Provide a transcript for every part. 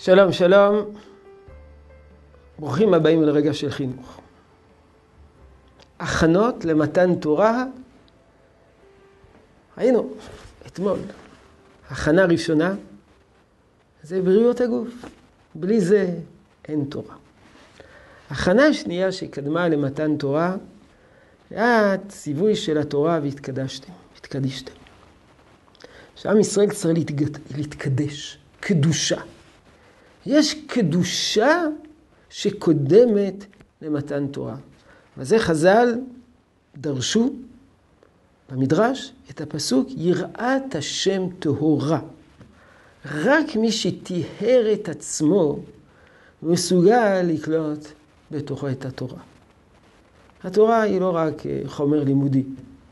שלום, שלום. ברוכים הבאים לרגע של חינוך. הכנות למתן תורה. ראינו אתמול, הכנה ראשונה, זה בריאות הגוף. בלי זה אין תורה. הכנה השנייה שקדמה למתן תורה, היה ציווי של התורה והתקדשתם, התקדישתם. שעם ישראל צריך להתקדש, קדושה. יש קדושה שקודמת למתן תורה. וזה חז"ל דרשו במדרש את הפסוק יראת השם טהורה. רק מי שטיהר את עצמו מסוגל לקלוט בתוכו את התורה. התורה היא לא רק חומר לימודי.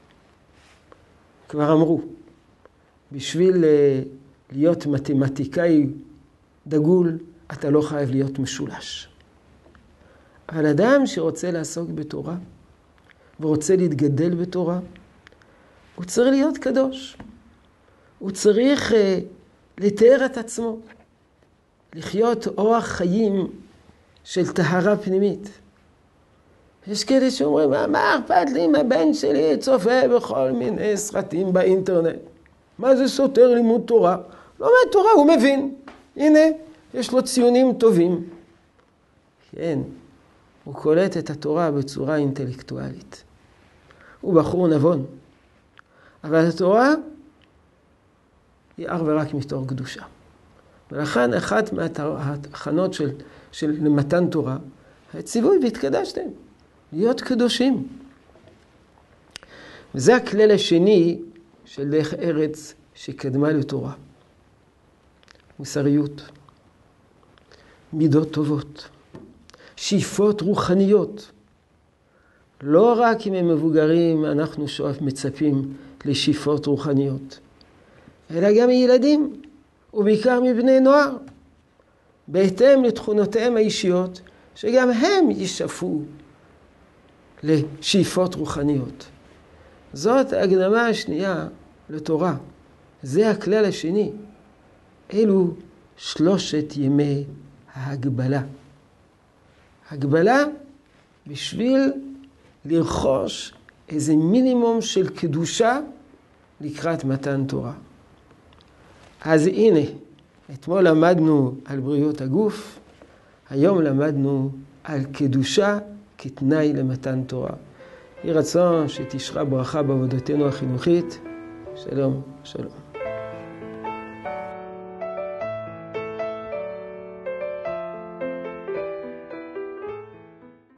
כבר אמרו, בשביל להיות מתמטיקאי דגול, אתה לא חייב להיות משולש. אבל אדם שרוצה לעסוק בתורה, ורוצה להתגדל בתורה, הוא צריך להיות קדוש. הוא צריך לתאר את עצמו, לחיות אורח חיים של טהרה פנימית. יש כאלה שאומרים, מה אכפת לי אם הבן שלי צופה בכל מיני סרטים באינטרנט? מה זה סותר לימוד תורה? לא אומר תורה, הוא מבין. הנה, יש לו ציונים טובים. כן, הוא קולט את התורה בצורה אינטלקטואלית. הוא בחור נבון. אבל התורה היא אך ורק מתוך קדושה. ולכן אחת מההכנות של מתן תורה, הציווי והתקדשתם, להיות קדושים. וזה הכלל השני של דרך ארץ שקדמה לתורה. מוסריות, מידות טובות, שאיפות רוחניות. לא רק אם הם מבוגרים אנחנו מצפים לשאיפות רוחניות, אלא גם מילדים, ובעיקר מבני נוער, בהתאם לתכונותיהם האישיות, שגם הם ישאפו לשאיפות רוחניות. זאת ההקדמה השנייה לתורה. זה הכלל השני. אלו 3 ימי ההגבלה. הגבלה בשביל לרכוש איזה מינימום של קדושה לקראת מתן תורה. אז הנה, אתמול למדנו על בריאות הגוף, היום למדנו על קדושה כתנאי למתן תורה. יהי רצון שתשרה ברכה בעבודתנו החינוכית. שלום, שלום.